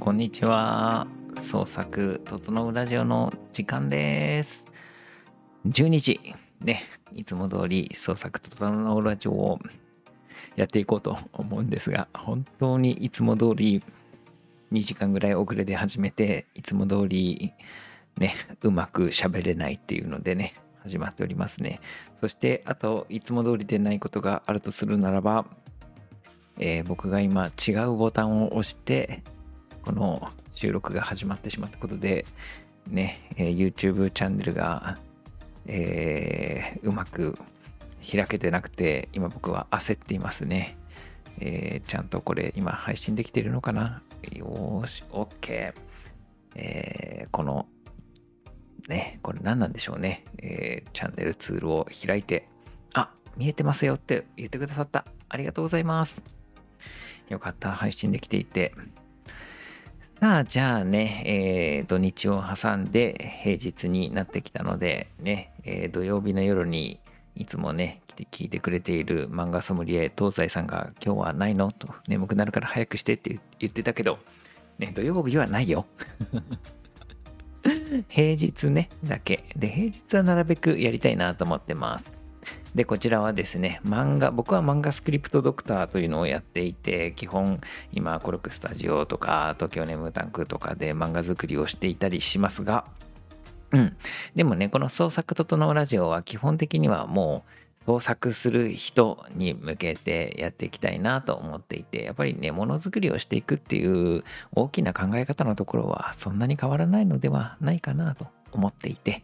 こんにちは。創作整うラジオの時間です。12時ね、いつも通り創作整うラジオをやっていこうと思うんですが、本当にいつも通り2時間ぐらい遅れで始めて、いつも通りね、うまく喋れないっていうのでね、始まっておりますね。そしてあといつも通りでないことがあるとするならば、僕が今違うボタンを押してこの収録が始まってしまったことでね、YouTube チャンネルが、うまく開けてなくて今僕は焦っていますね。ちゃんとこれ今配信できているのかな。よーし OK。このね、これ何なんでしょうね。チャンネルツールを開いて、見えてますよって言ってくださった。ありがとうございます。よかった、配信できていて。さあ、じゃあね、土日を挟んで平日になってきたので、ね、土曜日の夜にいつもね、来て聞いてくれている漫画ソムリエ東西さんが今日はないのと眠くなるから早くしてって言ってたけど、ね、土曜日はないよ。平日ね、だけ。で、平日はなるべくやりたいなと思ってます。で、こちらはですね、僕は漫画スクリプトドクターというのをやっていて、基本今コルクスタジオとか東京ネムタンクとかで漫画作りをしていたりしますが、でもね、この創作整うラジオは基本的にはもう創作する人に向けてやっていきたいなと思っていて、やっぱりね、ものづくりをしていくっていう大きな考え方のところはそんなに変わらないのではないかなと思っていて、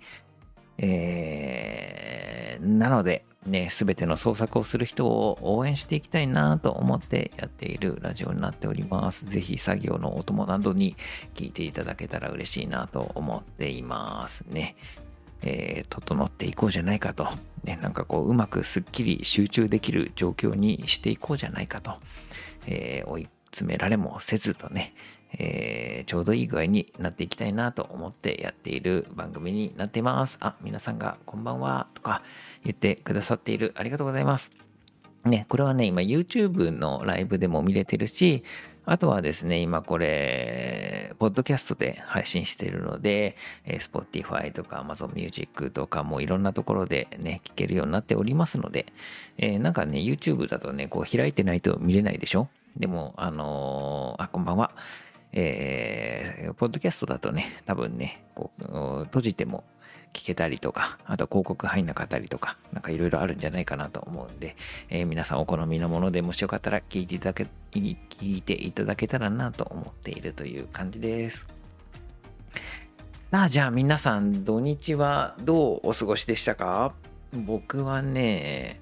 なのでね、すべての創作をする人を応援していきたいなと思ってやっているラジオになっております。ぜひ作業のお供などに聞いていただけたら嬉しいなと思っていますね。整っていこうじゃないかと、ね、なんかこううまくすっきり集中できる状況にしていこうじゃないかと、追い詰められもせずとね、ちょうどいい具合になっていきたいなと思ってやっている番組になっています。皆さんがこんばんはとか言ってくださっている。ありがとうございます。ね、これはね、今 YouTube のライブでも見れてるし、あとはですね、今これ、ポッドキャストで配信しているので、Spotify とか Amazon Music とかもいろんなところでね、聞けるようになっておりますので、なんかね、YouTube だとね、こう開いてないと見れないでしょ？でも、こんばんは。ポッドキャストだとね、多分ね、こう閉じても聞けたりとか、あと広告入んなかったりとか、なんかいろいろあるんじゃないかなと思うんで、皆さんお好みのものでもしよかったら聞いていただけたらなと思っているという感じです。さあ、じゃあ皆さん土日はどうお過ごしでしたか？僕はね、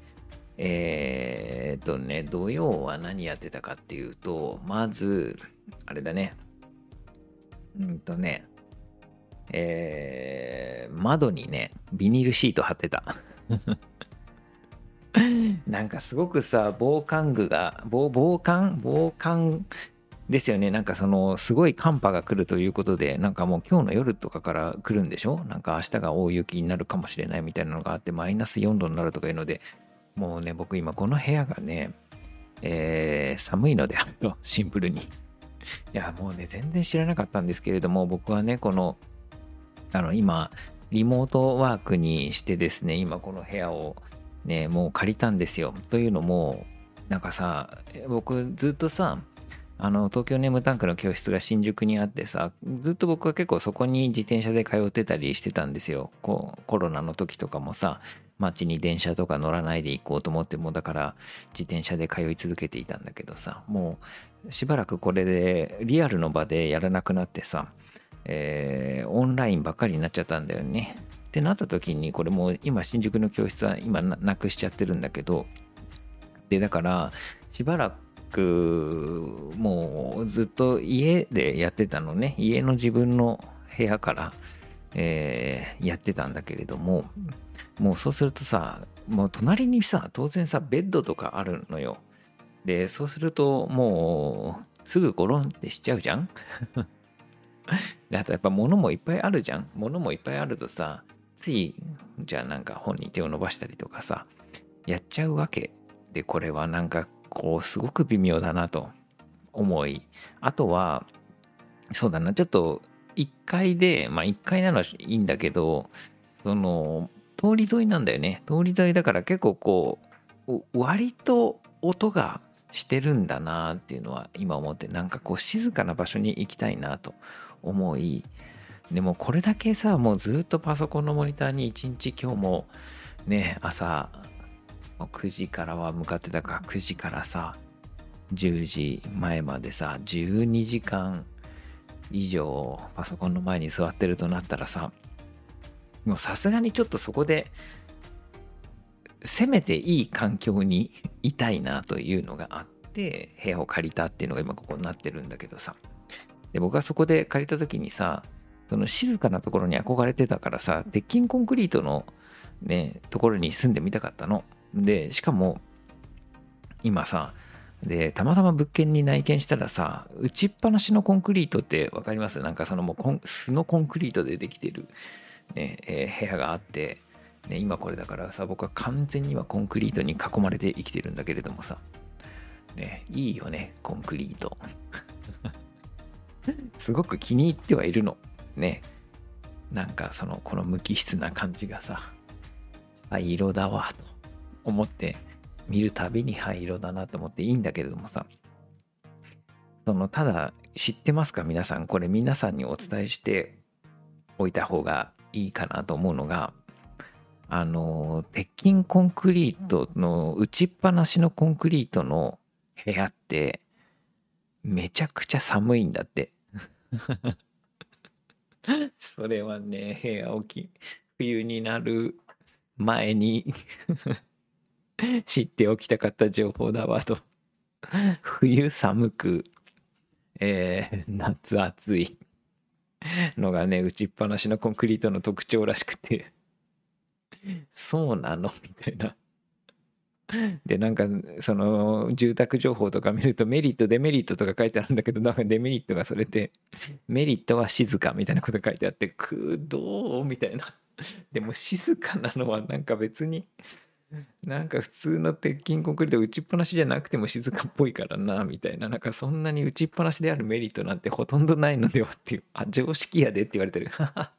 土曜は何やってたかっていうと、まず、あれだね。窓にね、ビニールシート貼ってた。なんかすごくさ、防寒ですよね。なんかすごい寒波が来るということで、なんかもう今日の夜とかから来るんでしょ？なんか明日が大雪になるかもしれないみたいなのがあって、マイナス4度になるとかいうので、もうね、僕今この部屋がね、寒いのであると、シンプルに。いや、もうね、全然知らなかったんですけれども、僕はね、今、リモートワークにしてですね、今この部屋をね、もう借りたんですよ。というのも、なんかさ、僕ずっとさ、東京ネームタンクの教室が新宿にあってさ、ずっと僕は結構そこに自転車で通ってたりしてたんですよ。コロナの時とかもさ、街に電車とか乗らないで行こうと思っても、だから自転車で通い続けていたんだけどさ、もうしばらくこれでリアルの場でやらなくなってさ、オンラインばっかりになっちゃったんだよね。ってなった時に、これもう今新宿の教室は今なくしちゃってるんだけど、で、だからしばらくもうずっと家でやってたのね。家の自分の部屋から、やってたんだけれども、もうそうするとさ、もう隣にさ、当然さ、ベッドとかあるのよ。で、そうするともうすぐゴロンってしちゃうじゃん。で、あとやっぱ物もいっぱいあるじゃん。物もいっぱいあるとさ、つい、じゃあなんか本に手を伸ばしたりとかさ、やっちゃうわけ。で、これはなんかこう、すごく微妙だなと思い、あとは、 そうだな、ちょっと1階で、まあ1階なのはいいんだけど、その、通り沿いなんだよね。通り沿いだから結構こう、割と音がしてるんだなっていうのは今思って、なんかこう静かな場所に行きたいなと思い、でもこれだけさ、もうずっとパソコンのモニターに一日今日もね、朝9時からは向かってたか、9時からさ、10時前までさ、12時間以上パソコンの前に座ってるとなったらさ、もうさすがにちょっとそこでせめていい環境にいたいなというのがあって部屋を借りたっていうのが今ここになってるんだけどさ、で僕はそこで借りた時にさ、その静かなところに憧れてたからさ、鉄筋コンクリートのねところに住んでみたかったので、しかも今さ、でたまたま物件に内見したらさ、打ちっぱなしのコンクリートって分かります？なんかそのもう素のコンクリートでできてる、ね部屋があって、ね、今これだからさ、僕は完全に今コンクリートに囲まれて生きてるんだけれどもさ、ね、いいよねコンクリート。すごく気に入ってはいるのね。なんかそのこの無機質な感じがさ、灰色だわと思って見るたびに灰色だなと思っていいんだけれどもさ、そのただ知ってますか皆さん、これ皆さんにお伝えしておいた方がいいかなと思うのが、鉄筋コンクリートの打ちっぱなしのコンクリートの部屋ってめちゃくちゃ寒いんだって。それはね、部屋置き冬になる前に知っておきたかった情報だわと。冬寒く、夏暑いのがね、打ちっぱなしのコンクリートの特徴らしくて、そうなのみたいな。で、なんか、その、住宅情報とか見ると、メリット、デメリットとか書いてあるんだけど、なんかデメリットがそれで、メリットは静かみたいなこと書いてあって、どうみたいな。でも、静かなのはなんか別に、なんか普通の鉄筋コンクリート打ちっぱなしじゃなくても静かっぽいからな、みたいな。なんかそんなに打ちっぱなしであるメリットなんてほとんどないのではっていう。あ、常識やでって言われてる。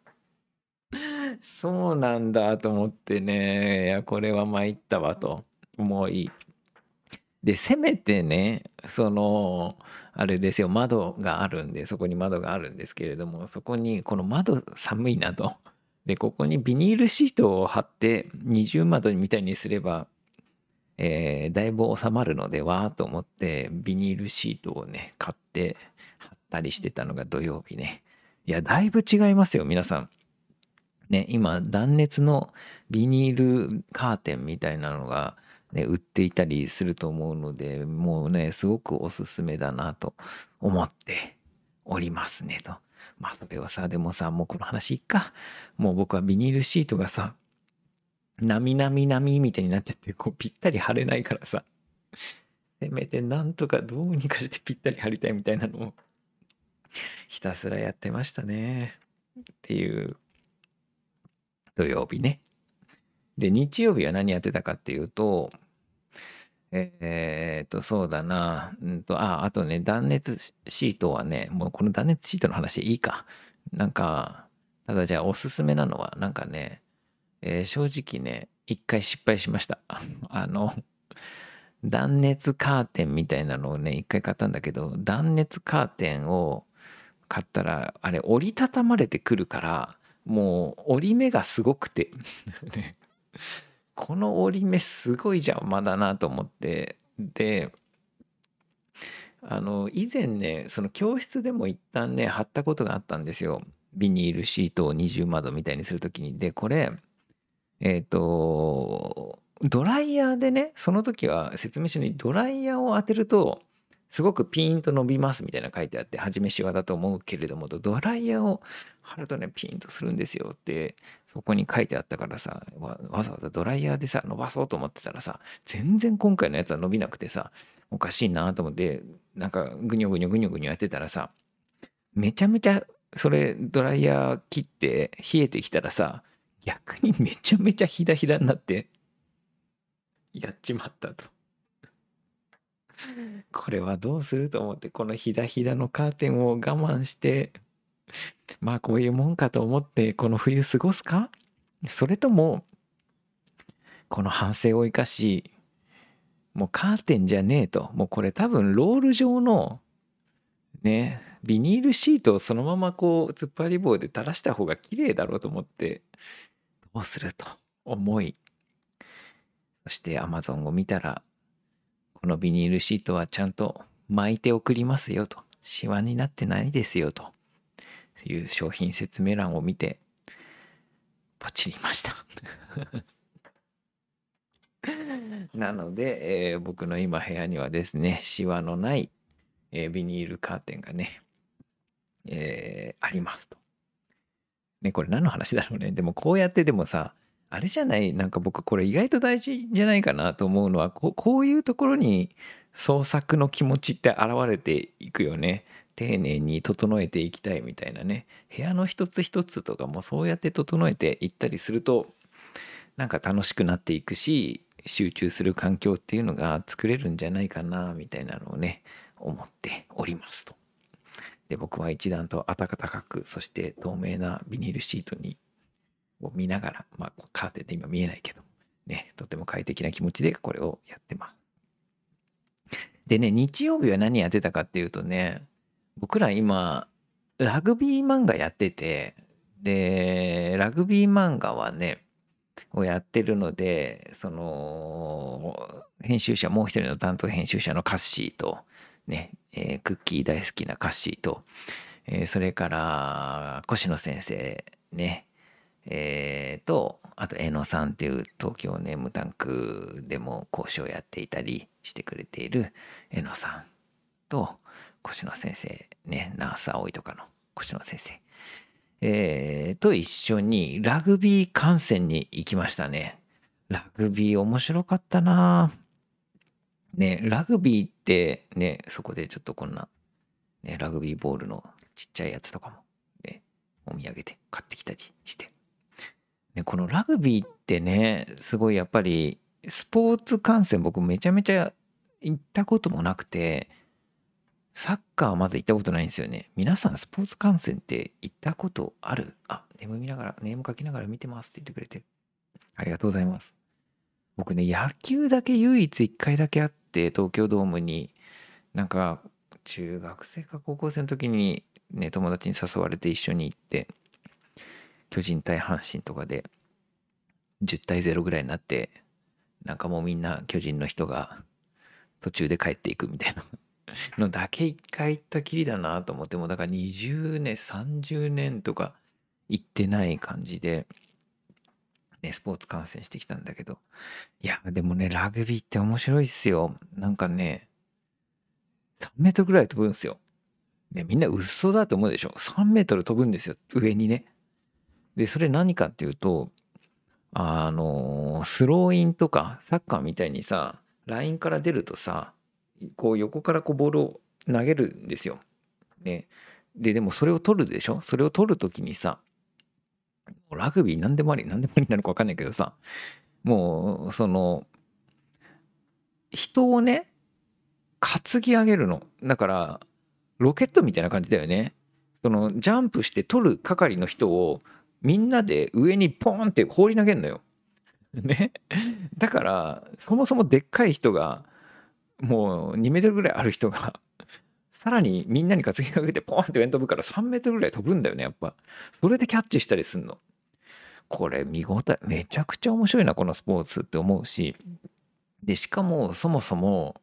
そうなんだと思ってね、いや、これは参ったわと思い。で、せめてね、その、あれですよ、窓があるんで、そこに窓があるんですけれども、そこに、この窓寒いなと。で、ここにビニールシートを貼って、二重窓みたいにすれば、だいぶ収まるのではと思って、ビニールシートをね、買って貼ったりしてたのが土曜日ね。いや、だいぶ違いますよ、皆さん。ね、今、断熱のビニールカーテンみたいなのが、ね、売っていたりすると思うので、もうね、すごくおすすめだなと思っておりますねと。まあ、それはさ、でもさ、もうこの話いっか。もう僕はビニールシートがさ、なみなみなみみたいになっちゃって、こうぴったり貼れないからさ、せめてなんとかどうにかしてぴったり貼りたいみたいなのをひたすらやってましたね。っていう土曜日ね。で、日曜日は何やってたかっていうと、そうだな。あとね、断熱シートはね、もうこの断熱シートの話いいか。なんか、ただじゃあおすすめなのは、なんかね、正直ね、一回失敗しました。あの、断熱カーテンみたいなのをね、一回買ったんだけど、断熱カーテンを買ったら、あれ折りたたまれてくるから、もう折り目がすごくてね、この折り目すごい邪魔だなと思って、で、以前ね、その教室でも一旦ね、貼ったことがあったんですよ。ビニールシートを二重窓みたいにするときに。で、これ、ドライヤーでね、その時は説明書にドライヤーを当てると、すごくピーンと伸びますみたいな書いてあって、初めしわだと思うけれども、ドライヤーを貼るとね、ピーンとするんですよって、そこに書いてあったからさ、わざわざドライヤーでさ、伸ばそうと思ってたらさ、全然今回のやつは伸びなくてさ、おかしいなと思って、なんかぐにょぐにょぐにょぐにょやってたらさ、めちゃめちゃそれドライヤー切って冷えてきたらさ、逆にめちゃめちゃヒダヒダになってやっちまったと。 これはどうすると思って、このひだひだのカーテンを我慢して、まあこういうもんかと思ってこの冬過ごすか、それともこの反省を生かし、もうカーテンじゃねえと、もうこれ多分ロール状のね、ビニールシートをそのままこう突っ張り棒で垂らした方が綺麗だろうと思って、どうすると思い、そして Amazon を見たら、このビニールシートはちゃんと巻いて送りますよと、シワになってないですよという商品説明欄を見て、ポチりました。なので、僕の今部屋にはですね、シワのない、ビニールカーテンがね、ありますと。ね、これ何の話だろうね。でもこうやってでもさ、あれじゃない、なんか僕これ意外と大事じゃないかなと思うのは、こういうところに創作の気持ちって現れていくよね。丁寧に整えていきたいみたいなね。部屋の一つ一つとかもそうやって整えていったりすると、なんか楽しくなっていくし、集中する環境っていうのが作れるんじゃないかなみたいなのをね、思っておりますと。で、僕は一段と暖かく、そして透明なビニールシートにを見ながら、まあカーテンで今見えないけどね、とても快適な気持ちでこれをやってます。でね、日曜日は何やってたかっていうとね、僕ら今ラグビー漫画やってて、でラグビー漫画はねをやってるので、その編集者、もう一人の担当編集者のカッシーとね、クッキー大好きなカッシーと、それから越野先生ね、あと江野さんっていう東京ネームタンクでも講師をやっていたりしてくれている江野さんと越野先生ね、ナース葵とかの越野先生、と一緒にラグビー観戦に行きましたね。ラグビー面白かったな。ね、ラグビーってね、そこでちょっとこんな、ね、ラグビーボールのちっちゃいやつとかも、ね、お土産で買ってきたりして。ね、このラグビーってね、すごいやっぱりスポーツ観戦僕めちゃめちゃ行ったこともなくて、サッカーはまだ行ったことないんですよね。皆さんスポーツ観戦って行ったことある？あ、ネーム書きながら見てますって言ってくれて。ありがとうございます。僕ね、野球だけ唯一1回だけあって、東京ドームに、なんか、中学生か高校生の時にね、友達に誘われて一緒に行って、巨人対阪神とかで10対0ぐらいになって、なんかもうみんな巨人の人が途中で帰っていくみたいなのだけ一回行ったきりだなと思って、もうだから20年、30年とか行ってない感じで、ね、スポーツ観戦してきたんだけど。いや、でもね、ラグビーって面白いっすよ。なんかね、3メートルぐらい飛ぶんですよ。ね、みんな嘘だと思うでしょ。3メートル飛ぶんですよ、上にね。で、それ何かっていうと、スローインとか、サッカーみたいにさ、ラインから出るとさ、こう横からこうボールを投げるんですよ。ね。でもそれを取るでしょ。それを取るときにさ、ラグビー何でもありなのか分かんないけどさ、もう、人をね、担ぎ上げるの。だから、ロケットみたいな感じだよね。ジャンプして取る係の人を、みんなで上にポーンって放り投げるのよ。ね。だから、そもそもでっかい人が、もう2メートルぐらいある人が、さらにみんなに担ぎ上げてポーンって上に飛ぶから3メートルぐらい飛ぶんだよね、やっぱ。それでキャッチしたりすんの。これ見応え、めちゃくちゃ面白いな、このスポーツって思うし。で、しかも、そもそも、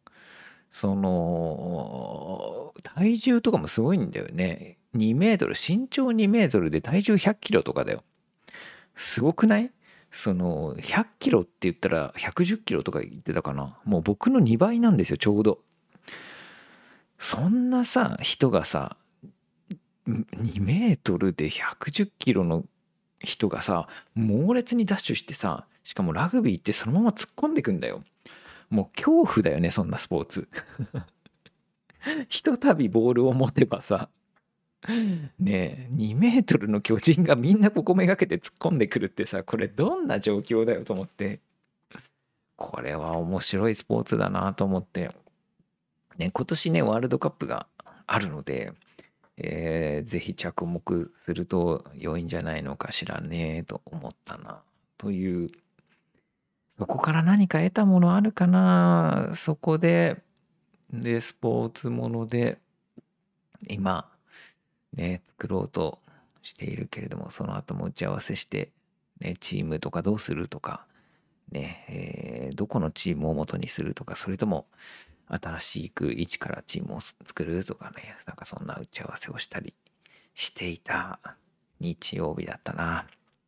体重とかもすごいんだよね。2メートル、身長2メートルで体重100キロとかだよ。すごくない？100キロって言ったら110キロとか言ってたかな。もう僕の2倍なんですよ、ちょうど。そんなさ、人がさ、2メートルで110キロの人がさ、猛烈にダッシュしてさ、しかもラグビーってそのまま突っ込んでくんだよ。もう恐怖だよね、そんなスポーツ。ひとたびボールを持てばさ、ねえ、2メートルの巨人がみんなここめがけて突っ込んでくるってさ、これどんな状況だよと思って、これは面白いスポーツだなと思って、 ね、今年ね、ワールドカップがあるので、ぜひ着目すると良いんじゃないのかしらね、と思ったな。という、そこから何か得たものあるかな。そこで、スポーツもので、今、ね、作ろうとしているけれども、その後も打ち合わせして、ね、チームとかどうするとか、ね、どこのチームを元にするとか、それとも新しく一からチームを作るとかね、なんかそんな打ち合わせをしたりしていた日曜日だったな。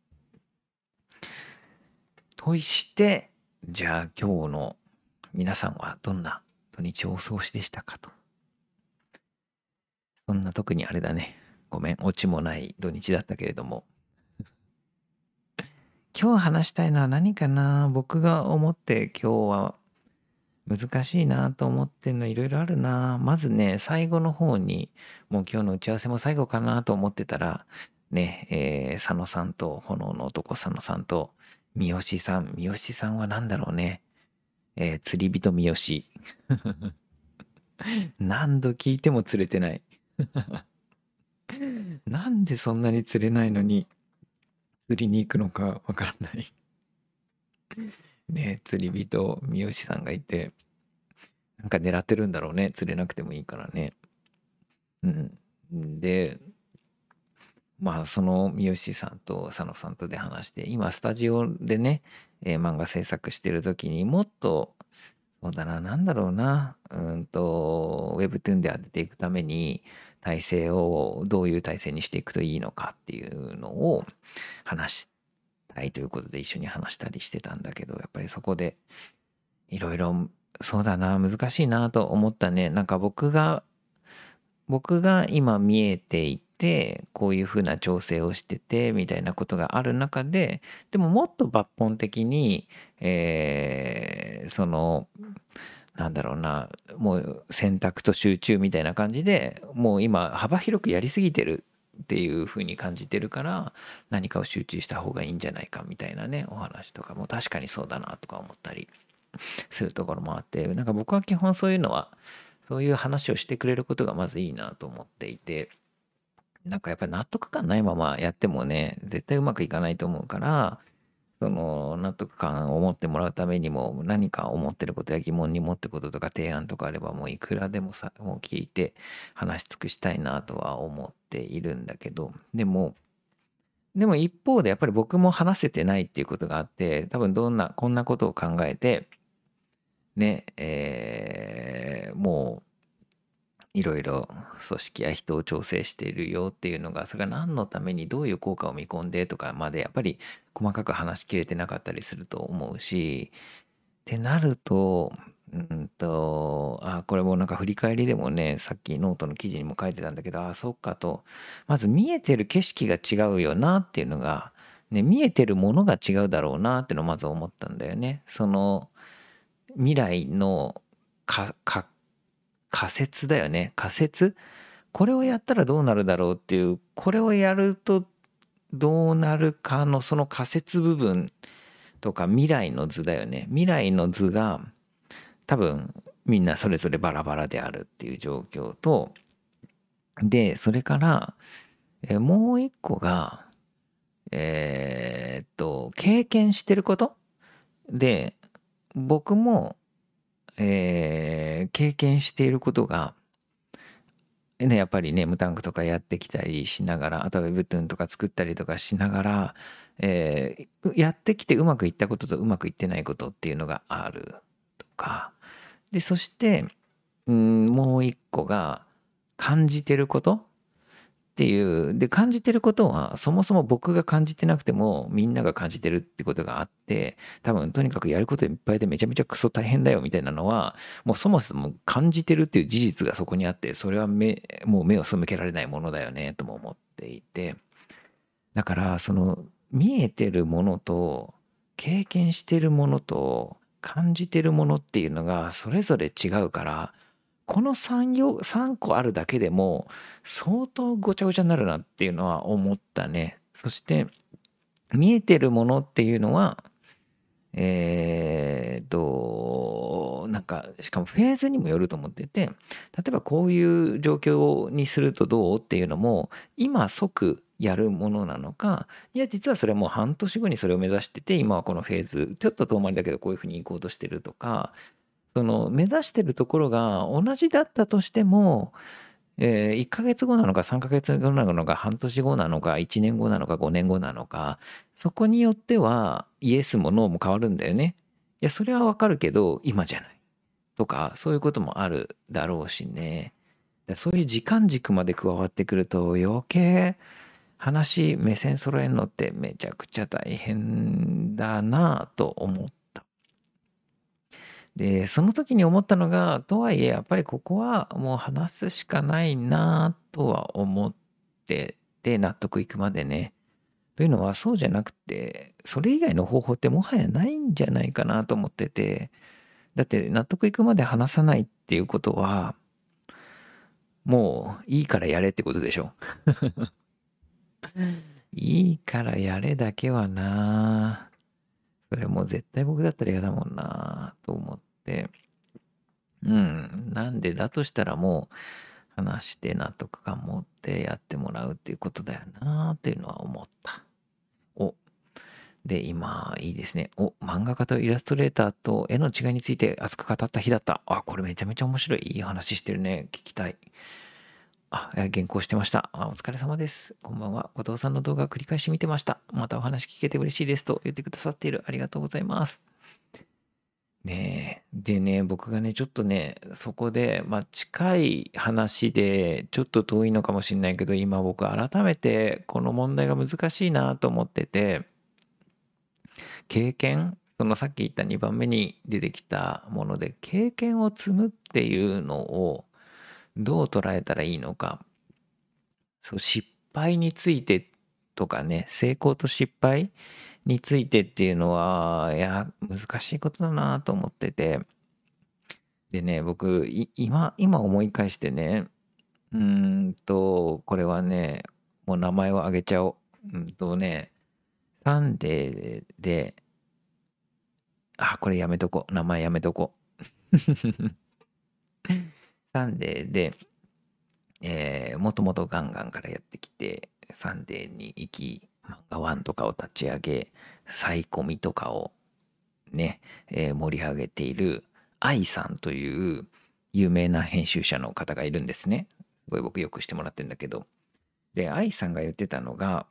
として、じゃあ今日の皆さんはどんな土日をお過ごしでしたかと。そんな特にあれだね。ごめん、オチもない土日だったけれども。今日話したいのは何かな。僕が思って今日は難しいなと思ってんのいろいろあるな。まずね、最後の方に、もう今日の打ち合わせも最後かなと思ってたら、ね、佐野さんと、炎の男佐野さんと、三好さん。三好さんは何だろうね。釣り人三好。何度聞いても釣れてない。なんでそんなに釣れないのに、釣りに行くのかわからない。ね、釣り人三好さんがいて、なんか狙ってるんだろうね。釣れなくてもいいからね。うん。で、まあその三好さんと佐野さんとで話して、今スタジオでね、漫画制作してる時にもっと、そうだな、なんだろうな、Webtoon で当てていくために体制をどういう体制にしていくといいのかっていうのを話したいということで一緒に話したりしてたんだけど、やっぱりそこでいろいろそうだな、難しいなと思ったね。なんか僕が今見えていて、こういうふうな調整をしてて、みたいなことがある中で、でももっと抜本的に、なんだろうな、もう選択と集中みたいな感じで、もう今幅広くやりすぎてるっていうふうに感じてるから、何かを集中した方がいいんじゃないかみたいなね、お話とかも確かにそうだなとか思ったりするところもあって、なんか僕は基本そういうのは、そういう話をしてくれることがまずいいなと思っていて、なんかやっぱり納得感ないままやってもね、絶対うまくいかないと思うから、その納得感を持ってもらうためにも何か思ってることや疑問に持ってることとか提案とかあればもういくらでもさ、もう聞いて話し尽くしたいなとは思っているんだけど、でも一方でやっぱり僕も話せてないっていうことがあって、多分こんなことを考えて、ね、もういろいろ組織や人を調整しているよっていうのが、それが何のためにどういう効果を見込んでとかまでやっぱり細かく話しきれてなかったりすると思うし、ってなると、これもなんか振り返りでもね、さっきノートの記事にも書いてたんだけど、そっかと、まず見えてる景色が違うよなっていうのが、ね、見えてるものが違うだろうなっていうのをまず思ったんだよね。その未来の仮説だよね。仮説これをやったらどうなるだろうっていう、これをやるとどうなるかのその仮説部分とか未来の図だよね。未来の図が多分みんなそれぞれバラバラであるっていう状況と、で、それから、もう一個が、経験してることで、僕も、経験していることが、ね、やっぱりね、ムタンクとかやってきたりしながら、あとは Webtoon とか作ったりとかしながら、やってきてうまくいったこととうまくいってないことっていうのがあるとか、で、そして、もう一個が感じてることっていう、で、感じてることは、そもそも僕が感じてなくても、みんなが感じてるってことがあって、多分、とにかくやることいっぱいでめちゃめちゃクソ大変だよみたいなのは、もうそもそも感じてるっていう事実がそこにあって、それはもう目を背けられないものだよね、とも思っていて。だから、その、見えてるものと、経験してるものと、感じてるものっていうのが、それぞれ違うから、この3個あるだけでも相当ごちゃごちゃになるなっていうのは思ったね。そして見えてるものっていうのは、 なんかしかもフェーズにもよると思ってて、例えばこういう状況にするとどうっていうのも今即やるものなのか、いや実はそれもう半年後にそれを目指してて、今はこのフェーズちょっと遠回りだけどこういうふうに行こうとしてるとか、その目指してるところが同じだったとしても、1ヶ月後なのか3ヶ月後なのか半年後なのか1年後なのか5年後なのか、そこによってはイエスもノーも変わるんだよね。いやそれはわかるけど今じゃないとか、そういうこともあるだろうしね。そういう時間軸まで加わってくると余計目線揃えるのってめちゃくちゃ大変だなぁと思った。で、その時に思ったのが、とはいえやっぱりここはもう話すしかないなとは思ってて、納得いくまでね。というのはそうじゃなくて、それ以外の方法ってもはやないんじゃないかなと思ってて、だって納得いくまで話さないっていうことは、もういいからやれってことでしょ。いいからやれだけはな、それもう絶対僕だったら嫌だもんなと思って。なんでだとしたらもう話して納得感持ってやってもらうっていうことだよなっていうのは思った。で、今いいですね。漫画家とイラストレーターと絵の違いについて熱く語った日だった。これめちゃめちゃ面白い。いい話してるね。聞きたい。原稿してました。お疲れ様です。こんばんは。後藤さんの動画繰り返し見てました。またお話聞けて嬉しいですと言ってくださっている。ありがとうございます。ねえ。でね、僕がね、ちょっとね、そこで、近い話で、ちょっと遠いのかもしれないけど、今僕改めてこの問題が難しいなと思ってて、経験、そのさっき言った2番目に出てきたもので、経験を積むっていうのをどう捉えたらいいのか。そう、失敗についてとかね、成功と失敗についてっていうのは、難しいことだなと思ってて。でね、僕、今思い返してね、これはね、もう名前を挙げちゃおう。サンデーで、これやめとこう。名前やめとこう。サンデーで、もともとガンガンからやってきて、サンデーに行き、漫画ワンとかを立ち上げ、サイコミとかをね、盛り上げている愛さんという有名な編集者の方がいるんですね。すごい僕よくしてもらってるんだけど。で、愛さんが言ってたのが、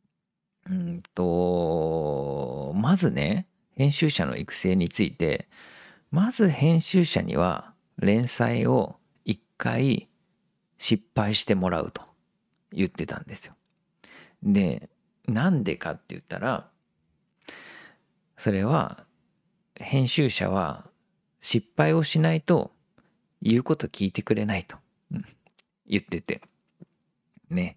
まずね、編集者の育成について、まず編集者には連載を一回失敗してもらうと言ってたんですよ。で、なんでかって言ったら、それは編集者は失敗をしないと言うこと聞いてくれないと言っててね、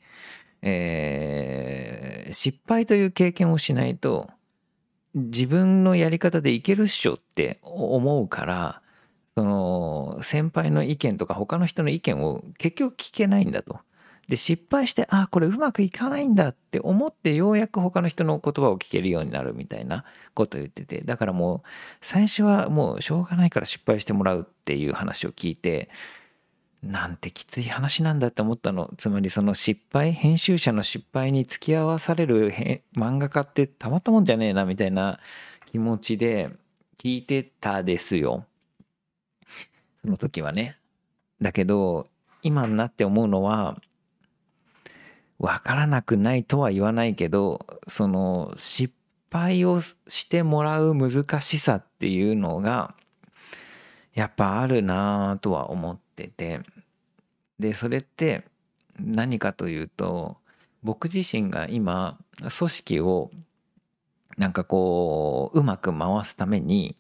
失敗という経験をしないと自分のやり方でいけるっしょって思うから、その先輩の意見とか他の人の意見を結局聞けないんだと。で失敗してこれうまくいかないんだって思ってようやく他の人の言葉を聞けるようになるみたいなことを言ってて、だからもう最初はもうしょうがないから失敗してもらうっていう話を聞いて、なんてきつい話なんだって思ったの。つまりその編集者の失敗に付き合わされる漫画家ってたまったもんじゃねえなみたいな気持ちで聞いてたですよ。その時はね。だけど今になって思うのは、わからなくないとは言わないけど、その失敗をしてもらう難しさっていうのがやっぱあるなぁとは思ってて、でそれって何かというと、僕自身が今組織をなんかこうまく回すために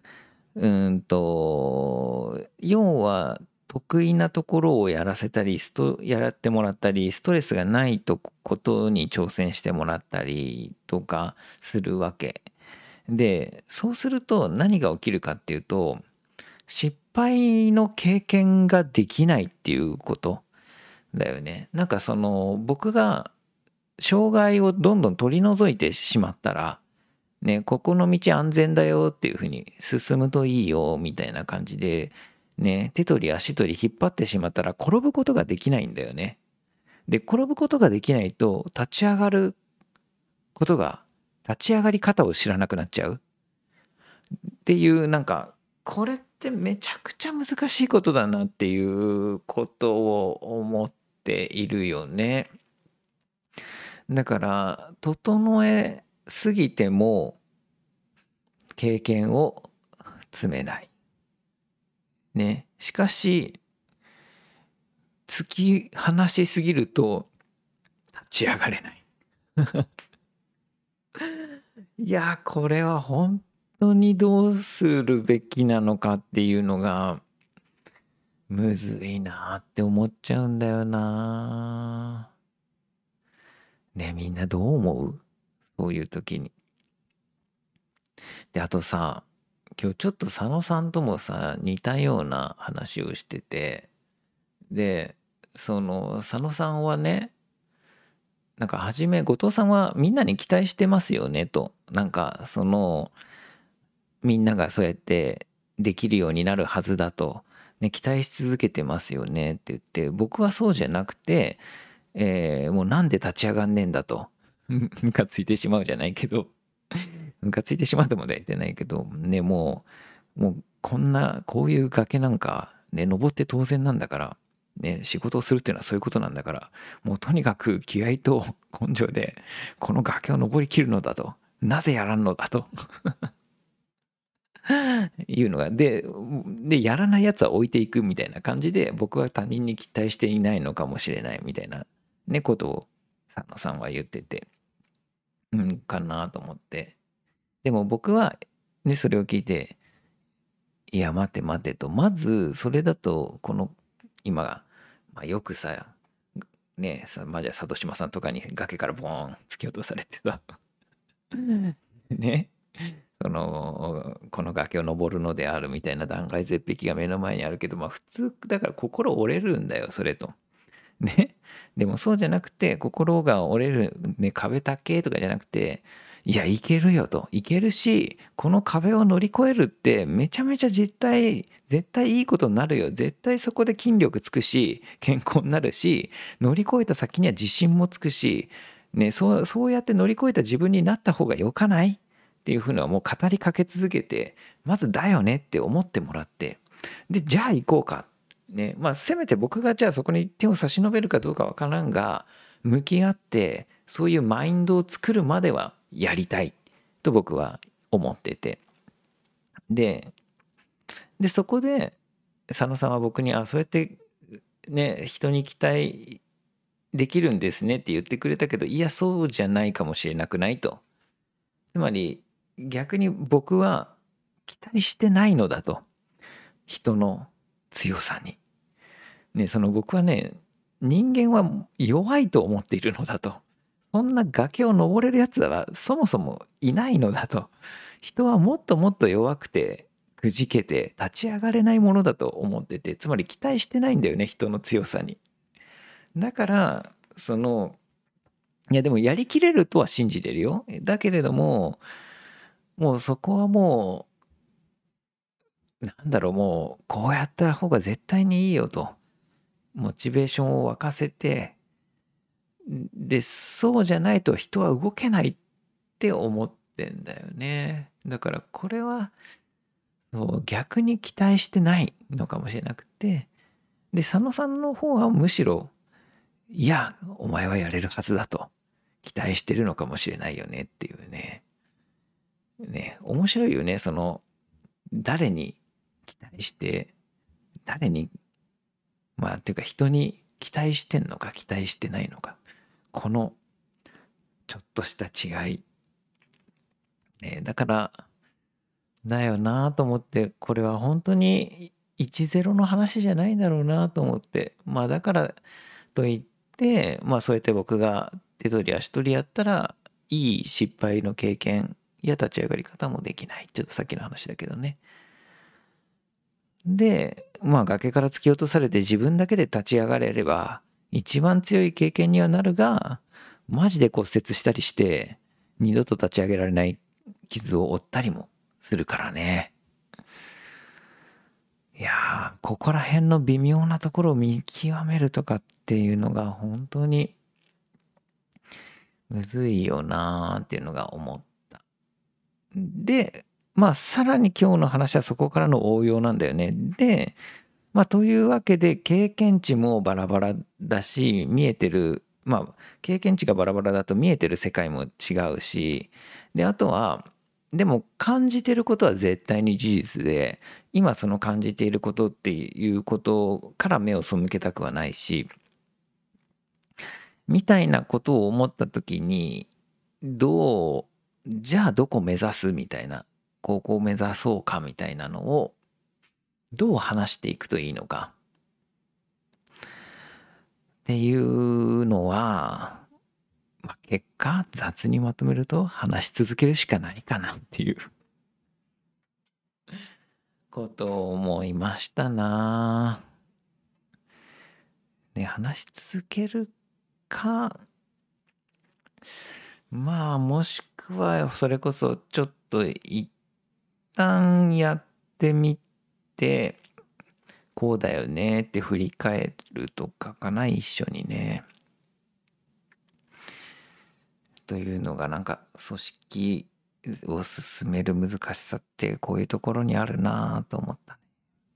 要は得意なところをやらせたりやってもらったり、ストレスがないことに挑戦してもらったりとかするわけで、そうすると何が起きるかっていうと、失敗の経験ができないっていうことだよね。なんか僕が障害をどんどん取り除いてしまったら、 ね、ここの道安全だよっていうふうに進むといいよみたいな感じで、ね、手取り足取り引っ張ってしまったら転ぶことができないんだよね。で、転ぶことができないと立ち上がることが、立ち上がり方を知らなくなっちゃうっていう、なんか、これってめちゃくちゃ難しいことだなっていうことを思っているよね。だから、整えすぎても経験を積めない。ね。しかし、突き放しすぎると立ち上がれない。いや、これは本当にどうするべきなのかっていうのがむずいなって思っちゃうんだよな。ね、みんなどう思う？そういう時に。で、あとさ、今日ちょっと佐野さんともさ、似たような話をしてて、で、その佐野さんはね、なんか初め後藤さんはみんなに期待してますよねと、なんかそのみんながそうやってできるようになるはずだと、ね、期待し続けてますよねって言って、僕はそうじゃなくて、もうなんで立ち上がんねえんだとムカついてしまうじゃないけどムカついてしまうとも言ってないけどね、もうこういう崖なんかね登って当然なんだからね、仕事をするっていうのはそういうことなんだから、もうとにかく気合と根性でこの崖を登りきるのだと、なぜやらんのだというのがでやらないやつは置いていくみたいな感じで、僕は他人に期待していないのかもしれないみたいなねことを佐野さんは言ってて、かなと思って。でも僕はねそれを聞いて、いや待て待てと、まずそれだとこの今、よくさねさ、じゃあ佐渡島さんとかに崖からボーン突き落とされてさね、この崖を登るのであるみたいな断崖絶壁が目の前にあるけど、普通だから心折れるんだよそれと。ね。でもそうじゃなくて、心が折れる、ね、壁高えとかじゃなくて、いやいけるよと、いけるし、この壁を乗り越えるってめちゃめちゃ絶対いいことになるよ、絶対そこで筋力つくし健康になるし、乗り越えた先には自信もつくし、ね、そうやって乗り越えた自分になった方がよかないっていうふうのはもう語りかけ続けて、まずだよねって思ってもらって、でじゃあ行こうかね、せめて僕がじゃあそこに手を差し伸べるかどうかわからんが、向き合ってそういうマインドを作るまではやりたいと僕は思ってて、でそこで佐野さんは僕にそうやってね人に期待できるんですねって言ってくれたけど、いやそうじゃないかもしれなくないと。つまり逆に僕は期待してないのだと、人の強さに。ね、僕はね、人間は弱いと思っているのだと。そんな崖を登れるやつはそもそもいないのだと。人はもっともっと弱くて、くじけて立ち上がれないものだと思ってて、つまり期待してないんだよね、人の強さに。だから、いやでもやりきれるとは信じてるよ。だけれども、もうそこはもう、なんだろう、もう、こうやった方が絶対にいいよと。モチベーションを沸かせて、で、そうじゃないと人は動けないって思ってんだよね。だからこれは、逆に期待してないのかもしれなくて、で、佐野さんの方はむしろ、いや、お前はやれるはずだと期待してるのかもしれないよねっていうね。ね、面白いよね。誰に期待して、誰に、っていうか人に期待してんのか期待してないのか。このちょっとした違い。ね、だからだよなと思って、これは本当に1-0の話じゃないんだろうなと思って、だからといって、そうやって僕が手取り足取りやったらいい失敗の経験や立ち上がり方もできない。ちょっとさっきの話だけどね。で、崖から突き落とされて自分だけで立ち上がれれば一番強い経験にはなるが、マジで骨折したりして二度と立ち上げられない傷を負ったりもするからね。いやー、ここら辺の微妙なところを見極めるとかっていうのが本当にむずいよなーっていうのが思った。で、まあさらに今日の話はそこからの応用なんだよね。で、まあというわけで経験値もバラバラだし、見えてる、まあ経験値がバラバラだと見えてる世界も違うし、で、あとは、でも感じてることは絶対に事実で、今その感じていることっていうことから目を背けたくはないし、みたいなことを思った時に、じゃあどこ目指すみたいな、ここを目指そうかみたいなのを、どう話していくといいのかっていうのは、まあ、結果雑にまとめると話し続けるしかないかなっていうことを思いましたな。ね、話し続けるか、まあもしくはそれこそちょっと一旦やってみて、こうだよねって振り返るとかかな、一緒にね。というのがなんか組織を進める難しさってこういうところにあるなと思った。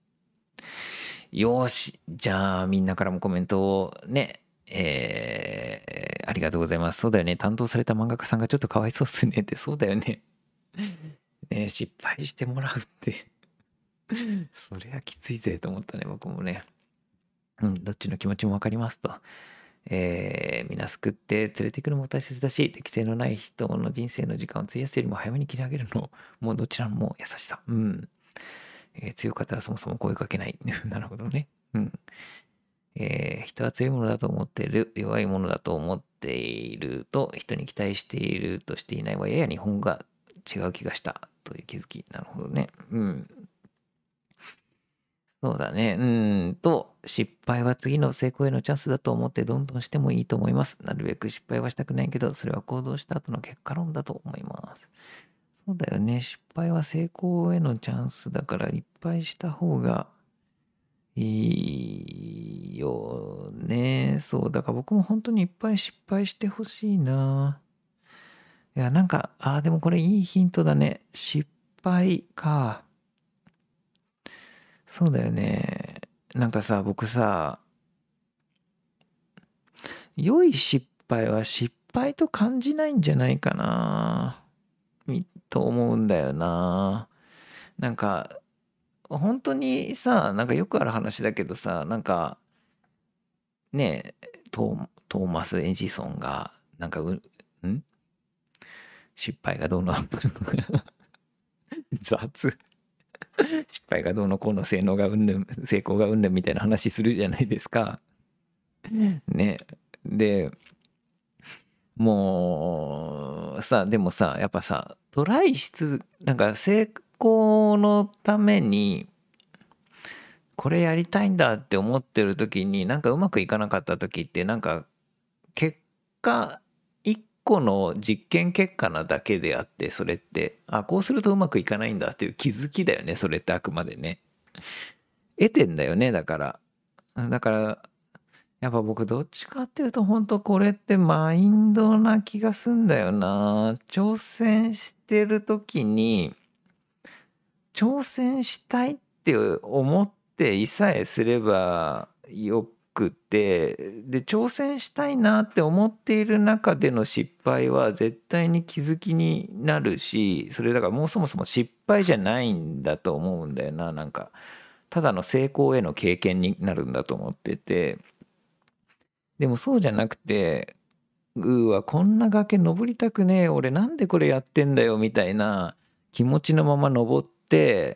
よし、じゃあみんなからもコメントをね、ありがとうございます。そうだよね。担当された漫画家さんがちょっとかわいそうっすねって、そうだよね。ね、失敗してもらうってそれはきついぜと思ったね、僕もね。どっちの気持ちもわかりますと。皆救って連れてくるのも大切だし、適性のない人の人生の時間を費やすよりも早めに切り上げるのもうどちらも優しさ。強かったらそもそも声かけない。なるほどね。人は強いものだと思っている、弱いものだと思っていると、人に期待しているとしていないはやや日本が違う気がしたという気づき。なるほどね。そうだね。失敗は次の成功へのチャンスだと思ってどんどんしてもいいと思います。なるべく失敗はしたくないけど、それは行動した後の結果論だと思います。そうだよね。失敗は成功へのチャンスだから、いっぱいした方がいいよね。そう。だから僕も本当にいっぱい失敗してほしいな。いや、なんか、でもこれいいヒントだね。失敗か。そうだよね。なんかさ、僕さ、良い失敗は失敗と感じないんじゃないかな、と思うんだよな。なんか、本当にさ、なんかよくある話だけどさ、なんか、ねえ、トーマス・エジソンが、なんか失敗がどうの雑失敗がどうのこうの性能がうんぬん、成功がうんぬんみたいな話するじゃないですか。ね。で、もうさ、でもさ、やっぱさ、なんか成功のためにこれやりたいんだって思ってる時になんかうまくいかなかった時ってなんか結果一個の実験結果なだけであって、それってこうするとうまくいかないんだっていう気づきだよね、それってあくまでね。得てんだよね。だからやっぱ僕どっちかっていうと本当これってマインドな気がすんだよな。挑戦してる時に挑戦したいって思っていさえすればよくて、で挑戦したいなって思っている中での失敗は絶対に気づきになるし、それだからもうそもそも失敗じゃないんだと思うんだよな。なんかただの成功への経験になるんだと思ってて、でもそうじゃなくて、こんな崖登りたくねえ、俺なんでこれやってんだよみたいな気持ちのまま登って、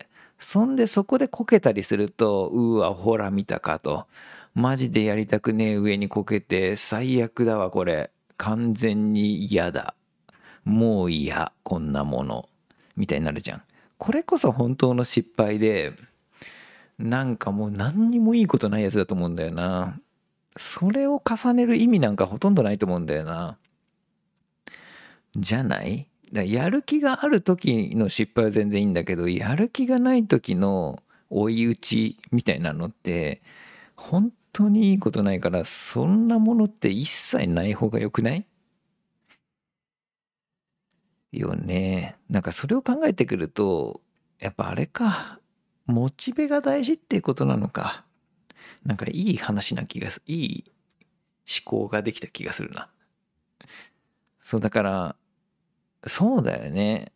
そこでこけたりすると、ほら見たかと。マジでやりたくねえ上にこけて、最悪だわこれ。完全に嫌だ。もう嫌、こんなもの。みたいになるじゃん。これこそ本当の失敗で、なんかもう何にもいいことないやつだと思うんだよな。それを重ねる意味なんかほとんどないと思うんだよな。じゃない？ だからやる気がある時の失敗は全然いいんだけど、やる気がない時の追い打ちみたいなのって本当にいいことないから、そんなものって一切ない方が良くないよね。なんかそれを考えてくると、やっぱあれか、モチベが大事っていうことなのか。なんかいい話な気がする。いい思考ができた気がするな。そうだから、そうだよね。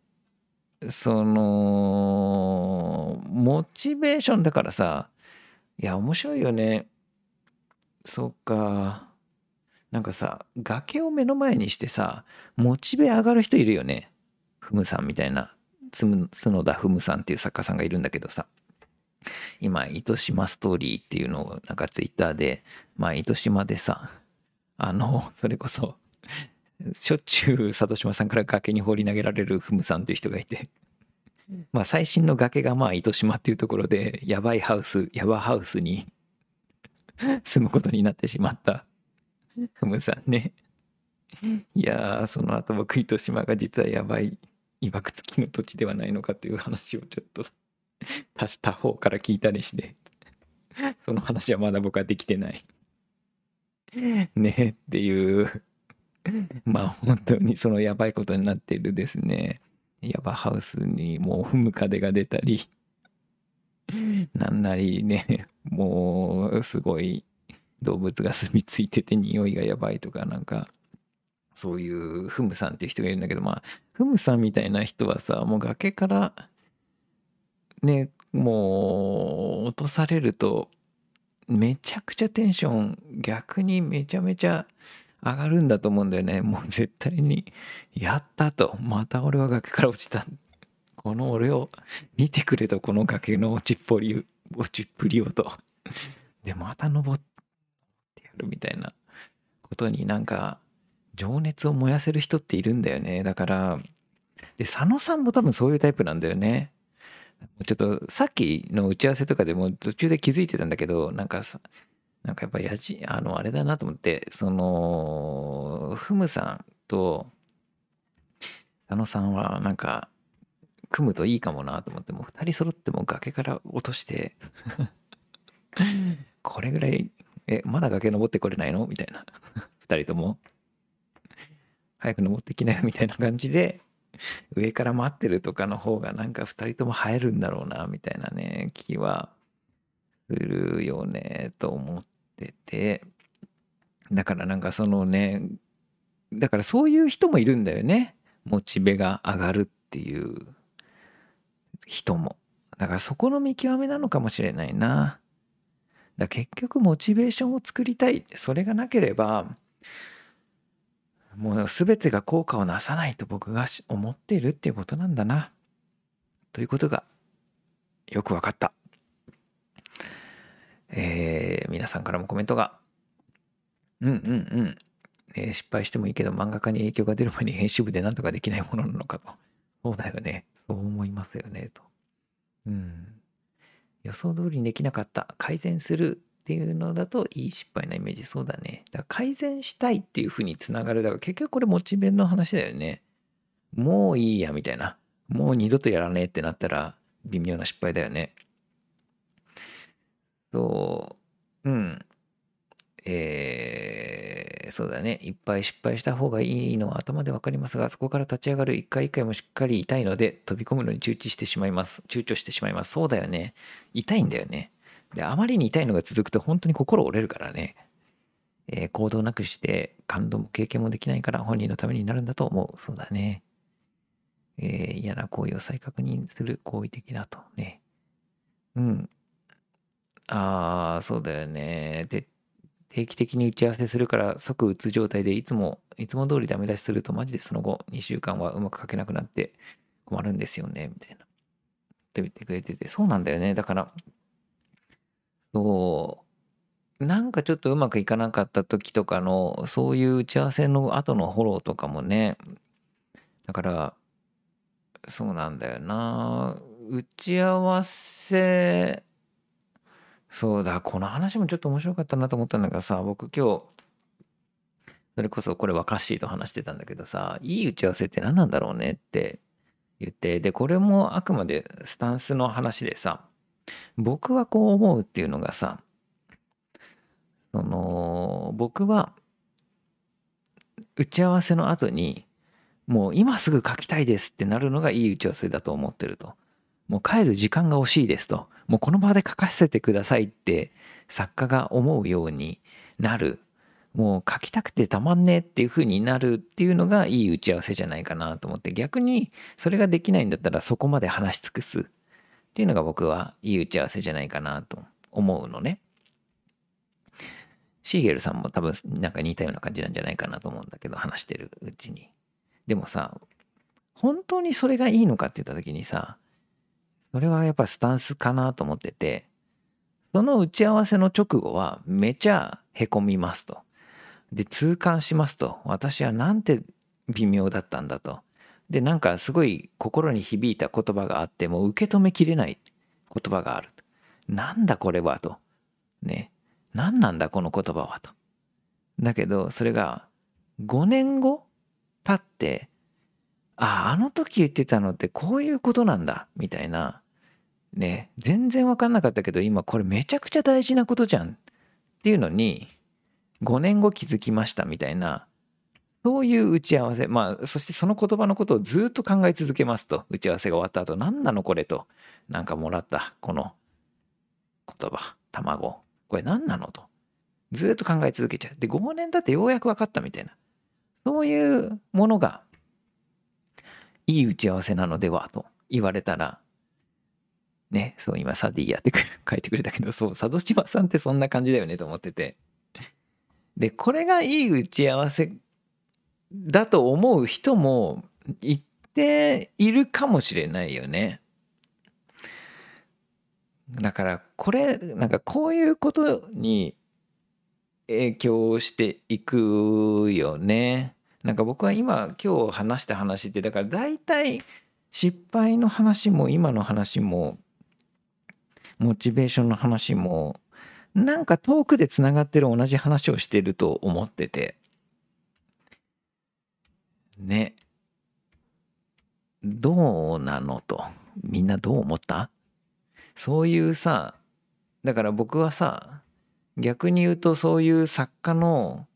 モチベーションだからさ、いや、面白いよね。そうか。なんかさ、崖を目の前にしてさ、モチベ上がる人いるよね。ふむさんみたいな。角田ふむさんっていう作家さんがいるんだけどさ、今、糸島ストーリーっていうのをなんかツイッターで、まあ、糸島でさ、それこそ、しょっちゅう里島さんから崖に放り投げられるふむさんっていう人がいて、まあ、最新の崖がまあ、糸島っていうところで、ヤバハウスに住むことになってしまったふむさんね。いやー、その後僕、糸島が実はやばい、いわくつきの土地ではないのかという話をちょっと他方から聞いたりして、その話はまだ僕はできてないねっていう、まあ本当にそのやばいことになっているですね。ヤバハウスにもうムカデが出たり、なんなりね、もうすごい動物が住み着いてて匂いがやばいとか、なんかそういうフムさんっていう人がいるんだけど、まあフムさんみたいな人はさ、もう崖からね、もう落とされるとめちゃくちゃテンション逆にめちゃめちゃ上がるんだと思うんだよね。もう絶対にやったと、また俺は崖から落ちた、この俺を見てくれと、この崖の落ちっぷりをと、でまた登ってやるみたいなことになんか情熱を燃やせる人っているんだよね。だからで佐野さんも多分そういうタイプなんだよね。ちょっとさっきの打ち合わせとかでも途中で気づいてたんだけど、なんかさ、なんかやっぱあれだなと思って、フムさんと佐野さんはなんか組むといいかもなと思って、もう二人揃っても崖から落としてこれぐらい、まだ崖登ってこれないのみたいな。二人とも早く登ってきなよみたいな感じで、上から待ってるとかの方がなんか二人とも生えるんだろうなみたいなね、気はするよねと思ってて、だからなんかそのね、だからそういう人もいるんだよね。モチベが上がるっていう人も。だからそこの見極めなのかもしれないな。だから結局モチベーションを作りたい。それがなければ、もう全てが効果をなさないと僕が思っているっていうことなんだな。ということがよく分かった。皆さんからもコメントが。うんうんうん。失敗してもいいけど漫画家に影響が出る前に編集部で何とかできないものなのかと。そうだよね。そう思いますよね。と。うん。予想通りにできなかった。改善するっていうのだといい失敗なイメージ。そうだね。だから改善したいっていうふうにつながる。だから結局これモチベの話だよね。もういいやみたいな。もう二度とやらねえってなったら微妙な失敗だよね。そう。うん。そうだね。いっぱい失敗した方がいいのは頭でわかりますが、そこから立ち上がる一回一回もしっかり痛いので、飛び込むのに躊躇してしまいます。躊躇してしまいます。そうだよね。痛いんだよね。で、あまりに痛いのが続くと本当に心折れるからね。行動なくして感動も経験もできないから本人のためになるんだと思う。そうだね。嫌な行為を再確認する行為的だとね。うん。ああ、そうだよね。で、定期的に打ち合わせするから即打つ状態でいつも通りダメ出しするとマジでその後2週間はうまく書けなくなって困るんですよね、みたいな。と言ってくれてて、そうなんだよね。だから、そう、なんかちょっとうまくいかなかった時とかの、そういう打ち合わせの後のフォローとかもね、だから、そうなんだよな。打ち合わせ、そうだ、この話もちょっと面白かったなと思ったんだけどさ、僕今日、 それこそこれはカッシーと話してたんだけどさ、いい打ち合わせって何なんだろうねって言って、で、これもあくまでスタンスの話でさ、僕はこう思うっていうのがさ、僕は打ち合わせの後に、もう今すぐ書きたいですってなるのがいい打ち合わせだと思ってると。もう帰る時間が惜しいですと。もうこの場で書かせてくださいって作家が思うようになる。もう書きたくてたまんねえっていう風になるっていうのがいい打ち合わせじゃないかなと思って、逆にそれができないんだったらそこまで話し尽くすっていうのが僕はいい打ち合わせじゃないかなと思うのね。シーゲルさんも多分なんか似たような感じなんじゃないかなと思うんだけど、話してるうちに。でもさ、本当にそれがいいのかって言った時にさ、それはやっぱスタンスかなと思ってて、その打ち合わせの直後はめちゃへこみますと。で、痛感しますと。私はなんて微妙だったんだと。で、なんかすごい心に響いた言葉があっても受け止めきれない言葉がある。なんだこれはと。ね。何なんだこの言葉はと。だけど、それが5年後経って、あの時言ってたのってこういうことなんだ、みたいな。ね、全然わかんなかったけど、今これめちゃくちゃ大事なことじゃんっていうのに、5年後気づきましたみたいな、そういう打ち合わせ。まあ、そしてその言葉のことをずっと考え続けますと。打ち合わせが終わった後、何なのこれと。なんかもらった、この言葉、卵。これ何なのと。ずっと考え続けちゃう。で、5年経ってようやく分かったみたいな。そういうものがいい打ち合わせなのではと言われたら、ね、そう今サディやって書いてくれたけど、そう、佐渡島さんってそんな感じだよねと思ってて。で、これがいい打ち合わせだと思う人も言っているかもしれないよね。だからこれ、なんかこういうことに影響していくよね。なんか僕は今日話した話ってだから大体失敗の話も今の話もモチベーションの話もなんか遠くでつながってる同じ話をしてると思っててね。どうなのと。みんなどう思った？そういうさ、だから僕はさ、逆に言うとそういう作家の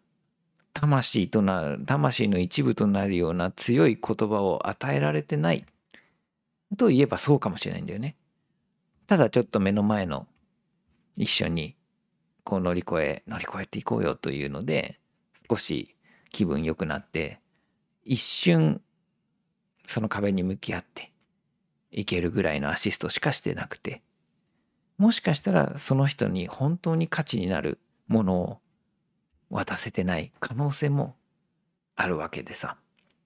魂の一部となるような強い言葉を与えられてないといえばそうかもしれないんだよね。ただちょっと目の前の一緒にこう乗り越えていこうよというので、少し気分良くなって、一瞬その壁に向き合っていけるぐらいのアシストしかしてなくて、もしかしたらその人に本当に価値になるものを渡せてない可能性もあるわけでさ。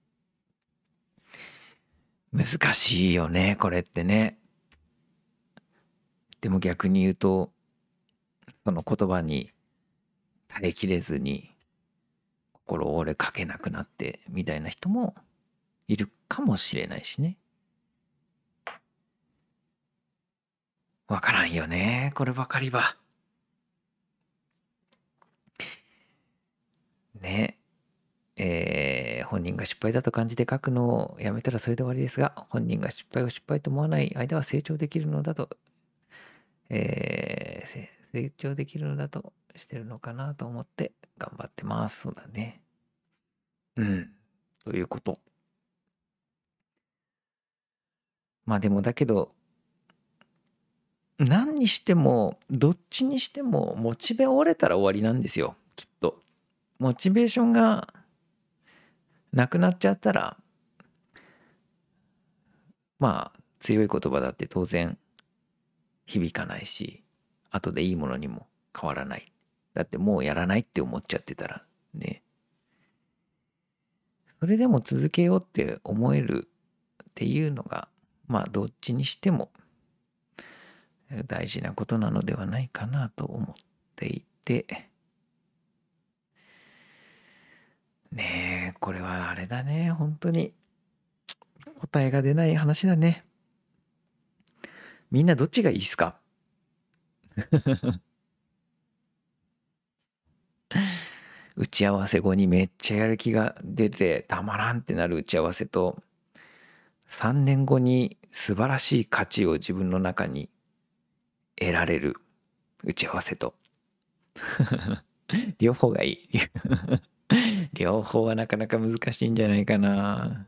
難しいよね、これってね。でも逆に言うと、その言葉に耐えきれずに心を折れかけなくなってみたいな人もいるかもしれないしね。わからんよね、こればかりは。ね。本人が失敗だと感じて書くのをやめたらそれで終わりですが、本人が失敗を失敗と思わない間は成長できるのだと、成長できるのだとしてるのかなと思って頑張ってます。そうだね。うん。ということ。まあでもだけど、何にしても、どっちにしても、モチベ折れたら終わりなんですよ、きっと。モチベーションがなくなっちゃったら、まあ、強い言葉だって当然響かないし、後でいいものにも変わらない。だってもうやらないって思っちゃってたら、ね。それでも続けようって思えるっていうのが、まあ、どっちにしても大事なことなのではないかなと思っていて、ねえ、これはあれだね。本当に答えが出ない話だね。みんなどっちがいいっすか？ 打ち合わせ後にめっちゃやる気が出てたまらんってなる打ち合わせと、3年後に素晴らしい価値を自分の中に得られる打ち合わせと両方がいい両方はなかなか難しいんじゃないかな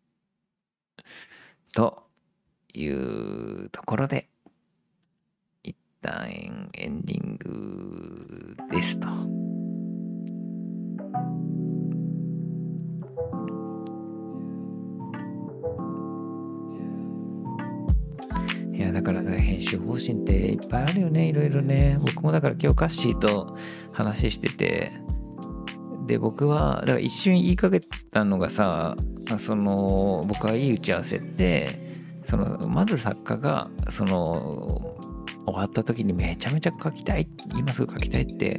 というところで、一旦エンディングですと。いやだから編集方針っていっぱいあるよね、いろいろね。僕もだから今日カッシーと話してて、で僕はだから一瞬言いかけたのがさ、僕がいい打ち合わせってまず作家が終わった時にめちゃめちゃ書きたい、今すぐ書きたいって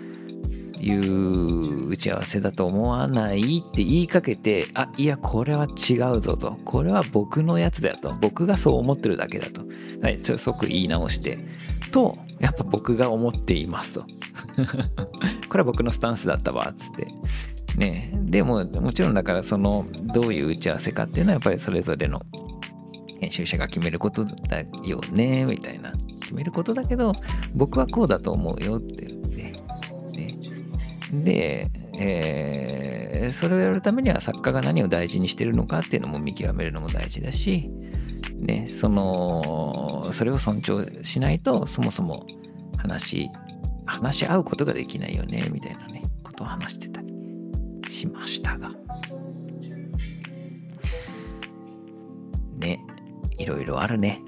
いう打ち合わせだと思わないって言いかけて、いやこれは違うぞと、これは僕のやつだと、僕がそう思ってるだけだと、はい、即言い直してと、やっぱ僕が思っていますとこれは僕のスタンスだったわっつってね。でももちろんだからどういう打ち合わせかっていうのはやっぱりそれぞれの編集者が決めることだよねみたいな、決めることだけど僕はこうだと思うよって言って、で、それをやるためには作家が何を大事にしてるのかっていうのも見極めるのも大事だし、ね、それを尊重しないとそもそも話し合うことができないよねみたいなねことを話してたりしましたがね、いろいろあるね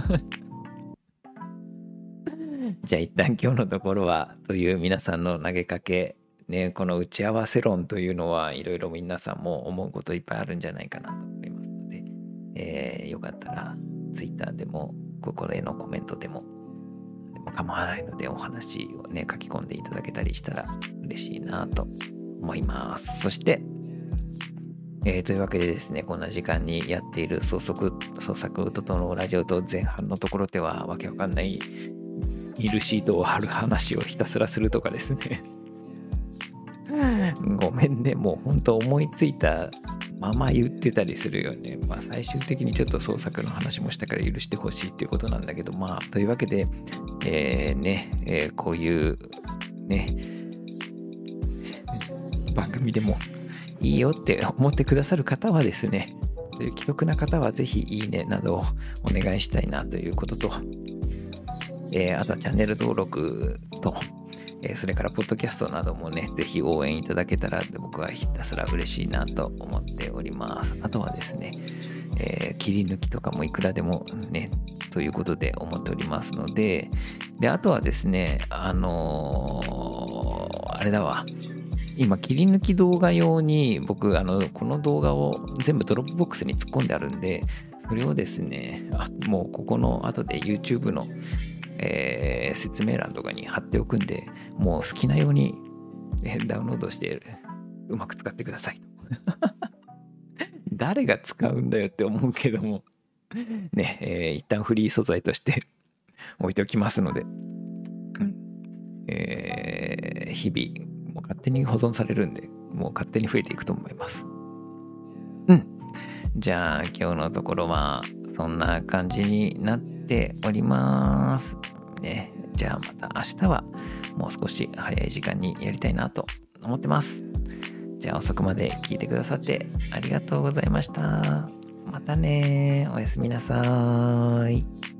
じゃあ一旦今日のところはという皆さんの投げかけね、この打ち合わせ論というのはいろいろ皆さんも思うこといっぱいあるんじゃないかなと思いますので、よかったらツイッターでもここへのコメントでも構わないのでお話をね書き込んでいただけたりしたら嬉しいなと思います。そして、というわけでですね、こんな時間にやっている創作整うラジオと前半のところではわけわかんないミルシートを貼る話をひたすらするとかですねごめんね、もう本当思いついたまま言ってたりするよね。最終的にちょっと創作の話もしたから許してほしいっていうことなんだけど、というわけで、こういうね番組でもいいよって思ってくださる方はですね、そういう既得な方はぜひいいねなどをお願いしたいなということと、あとはチャンネル登録とそれからポッドキャストなどもねぜひ応援いただけたら僕はひたすら嬉しいなと思っております。あとはですね、切り抜きとかもいくらでもねということで思っておりますので、あとはですねあれだわ、今切り抜き動画用に僕この動画を全部ドロップボックスに突っ込んであるんで、それをですねもうここの後で YouTube の説明欄とかに貼っておくんで、もう好きなようにダウンロードしてうまく使ってください誰が使うんだよって思うけどもね、一旦フリー素材として置いておきますので、日々もう勝手に保存されるんで、もう勝手に増えていくと思います。じゃあ今日のところはそんな感じになっておりますね。じゃあまた明日はもう少し早い時間にやりたいなと思ってます。じゃあ遅くまで聞いてくださってありがとうございました。またね、おやすみなさい。